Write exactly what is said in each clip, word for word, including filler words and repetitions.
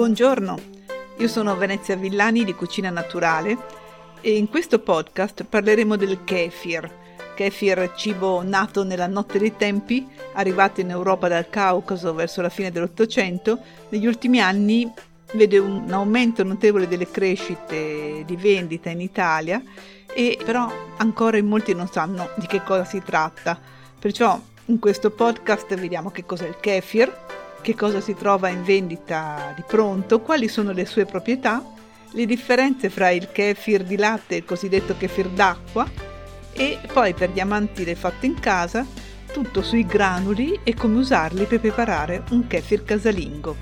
Buongiorno, io sono Venezia Villani di Cucina Naturale e in questo podcast parleremo del kefir. Kefir, cibo nato nella notte dei tempi, arrivato in Europa dal Caucaso verso la fine dell'Ottocento, negli ultimi anni vede un aumento notevole delle crescite di vendita in Italia, e però ancora in molti non sanno di che cosa si tratta. Perciò in questo podcast vediamo che cos'è il kefir, che cosa si trova in vendita di pronto, quali sono le sue proprietà, le differenze fra il kefir di latte e il cosiddetto kefir d'acqua, e poi per gli amanti del fatto in casa tutto sui granuli e come usarli per preparare un kefir casalingo.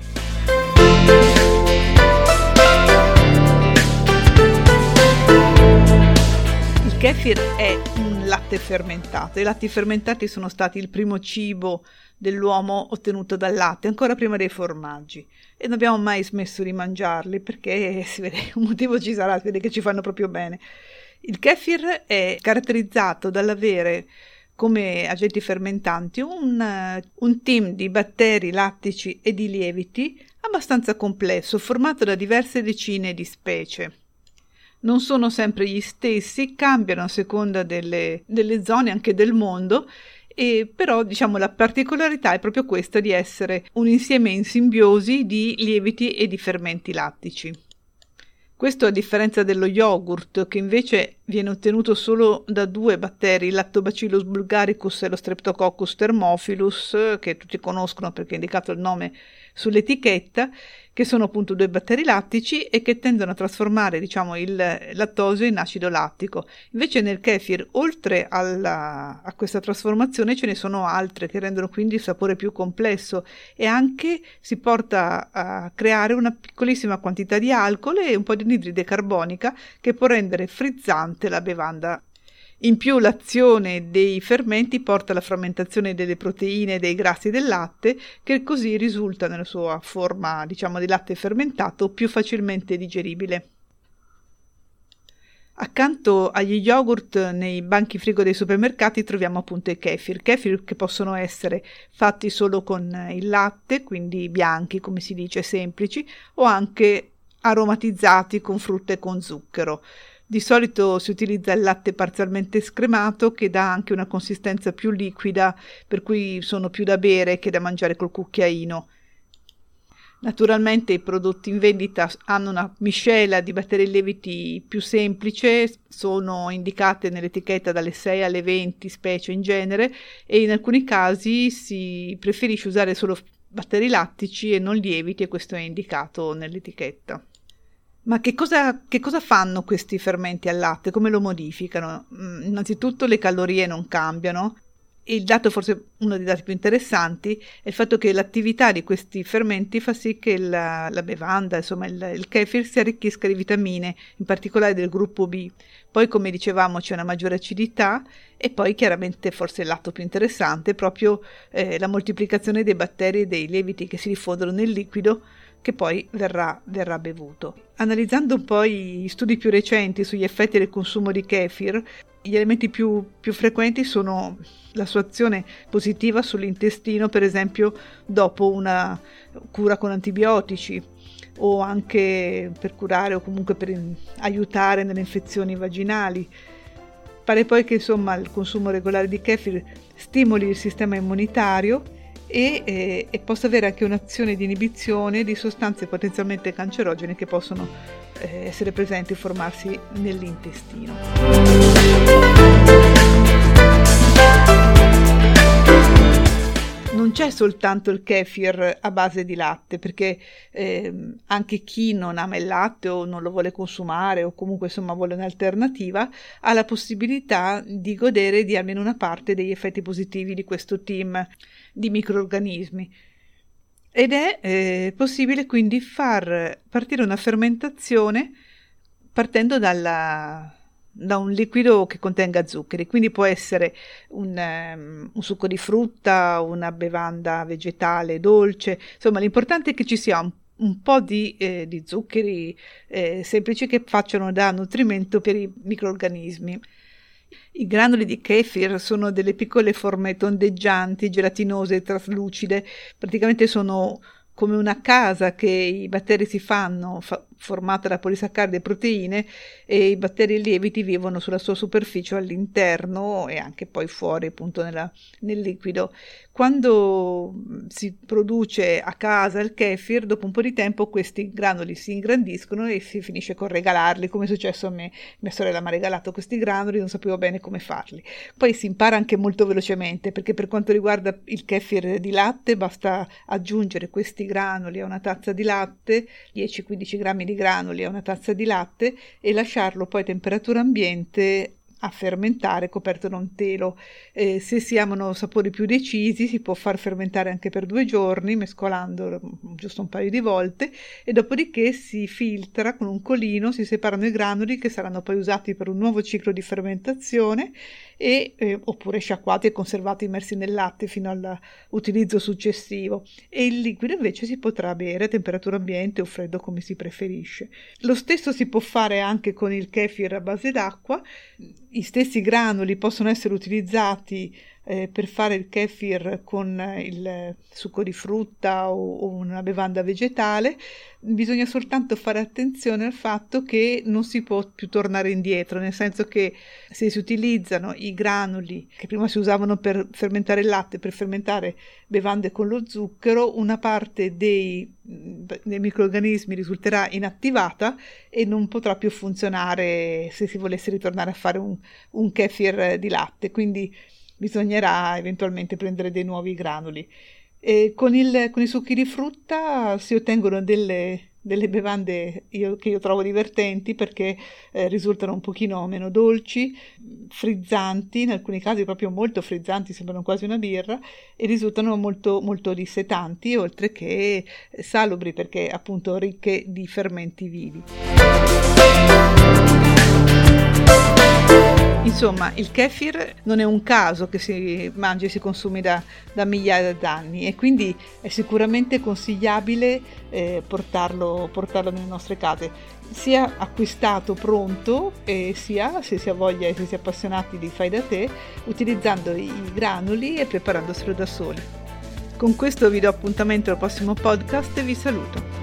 Il kefir è un latte fermentato. I latti fermentati sono stati il primo cibo dell'uomo ottenuto dal latte, ancora prima dei formaggi, e non abbiamo mai smesso di mangiarli perché si vede, un motivo ci sarà, si vede che ci fanno proprio bene. Il kefir è caratterizzato dall'avere come agenti fermentanti un, un team di batteri lattici e di lieviti abbastanza complesso, formato da diverse decine di specie. Non sono sempre gli stessi, cambiano a seconda delle, delle zone, anche del mondo, e però diciamo la particolarità è proprio questa di essere un insieme in simbiosi di lieviti e di fermenti lattici. Questo a differenza dello yogurt, che invece viene ottenuto solo da due batteri, il Lactobacillus bulgaricus e lo Streptococcus thermophilus, che tutti conoscono perché è indicato il nome sull'etichetta, che sono appunto due batteri lattici e che tendono a trasformare, diciamo, il lattosio in acido lattico. Invece nel kefir, oltre alla, a questa trasformazione, ce ne sono altre che rendono quindi il sapore più complesso, e anche si porta a creare una piccolissima quantità di alcol e un po' di anidride carbonica che può rendere frizzante la bevanda. In più l'azione dei fermenti porta alla frammentazione delle proteine e dei grassi del latte, che così risulta nella sua forma, diciamo, di latte fermentato più facilmente digeribile. Accanto agli yogurt nei banchi frigo dei supermercati troviamo appunto i kefir, kefir che possono essere fatti solo con il latte, quindi bianchi come si dice, semplici, o anche aromatizzati con frutta e con zucchero. Di solito si utilizza il latte parzialmente scremato, che dà anche una consistenza più liquida, per cui sono più da bere che da mangiare col cucchiaino. Naturalmente i prodotti in vendita hanno una miscela di batteri lieviti più semplice, sono indicate nell'etichetta dalle sei alle venti specie in genere, e in alcuni casi si preferisce usare solo batteri lattici e non lieviti, e questo è indicato nell'etichetta. Ma che cosa, che cosa fanno questi fermenti al latte? Come lo modificano? Innanzitutto le calorie non cambiano. Il dato, forse uno dei dati più interessanti, è il fatto che l'attività di questi fermenti fa sì che la, la bevanda, insomma il, il kefir, si arricchisca di vitamine, in particolare del gruppo B. Poi, come dicevamo, c'è una maggiore acidità, e poi chiaramente forse il lato più interessante è proprio eh, la moltiplicazione dei batteri e dei lieviti che si diffondono nel liquido, che poi verrà, verrà bevuto. Analizzando un po' i studi più recenti sugli effetti del consumo di kefir, gli elementi più, più frequenti sono la sua azione positiva sull'intestino, per esempio dopo una cura con antibiotici, o anche per curare o comunque per aiutare nelle infezioni vaginali. Pare poi che insomma il consumo regolare di kefir stimoli il sistema immunitario e, eh, e possa avere anche un'azione di inibizione di sostanze potenzialmente cancerogene che possono eh, essere presenti e formarsi nell'intestino. Non c'è soltanto il kefir a base di latte, perché eh, anche chi non ama il latte o non lo vuole consumare, o comunque insomma vuole un'alternativa, ha la possibilità di godere di almeno una parte degli effetti positivi di questo team di microrganismi. Ed è eh, possibile quindi far partire una fermentazione partendo dalla da un liquido che contenga zuccheri, quindi può essere un, um, un succo di frutta, una bevanda vegetale dolce, insomma l'importante è che ci sia un, un po' di, eh, di zuccheri eh, semplici che facciano da nutrimento per i microrganismi. I granuli di kefir sono delle piccole forme tondeggianti, gelatinose, traslucide, praticamente sono come una casa che i batteri si fanno, fa- formata da polisaccaridi e proteine, e i batteri lieviti vivono sulla sua superficie all'interno e anche poi fuori, appunto nella, nel liquido. Quando si produce a casa il kefir, dopo un po' di tempo questi granuli si ingrandiscono e si finisce con regalarli, come è successo a me. Mia sorella mi ha regalato questi granuli, non sapevo bene come farli. Poi si impara anche molto velocemente, perché per quanto riguarda il kefir di latte basta aggiungere questi granuli a una tazza di latte, dieci quindici grammi di granuli a una tazza di latte, e lasciarlo poi a temperatura ambiente a fermentare coperto da un telo. Eh, se si amano sapori più decisi si può far fermentare anche per due giorni mescolando giusto un paio di volte, e dopodiché si filtra con un colino, si separano i granuli che saranno poi usati per un nuovo ciclo di fermentazione e, eh, oppure sciacquati e conservati immersi nel latte fino all'utilizzo successivo, e il liquido invece si potrà bere a temperatura ambiente o freddo come si preferisce. Lo stesso si può fare anche con il kefir a base d'acqua. I stessi granuli possono essere utilizzati eh, per fare il kefir con il succo di frutta o, o una bevanda vegetale. Bisogna soltanto fare attenzione al fatto che non si può più tornare indietro, nel senso che se si utilizzano i granuli che prima si usavano per fermentare il latte, per fermentare bevande con lo zucchero, una parte dei, dei microrganismi risulterà inattivata e non potrà più funzionare se si volesse ritornare a fare un, un kefir di latte, quindi bisognerà eventualmente prendere dei nuovi granuli. E con, il, con i succhi di frutta si ottengono delle, delle bevande io, che io trovo divertenti, perché eh, risultano un pochino meno dolci, frizzanti, in alcuni casi proprio molto frizzanti, sembrano quasi una birra, e risultano molto, molto dissetanti, oltre che salubri, perché appunto ricche di fermenti vivi. Insomma, il kefir non è un caso che si mangi e si consumi da, da migliaia d'anni, e quindi è sicuramente consigliabile eh, portarlo, portarlo nelle nostre case, sia acquistato pronto e sia, se si ha voglia e se si è appassionati di fai da te, utilizzando i granuli e preparandoselo da soli. Con questo vi do appuntamento al prossimo podcast e vi saluto.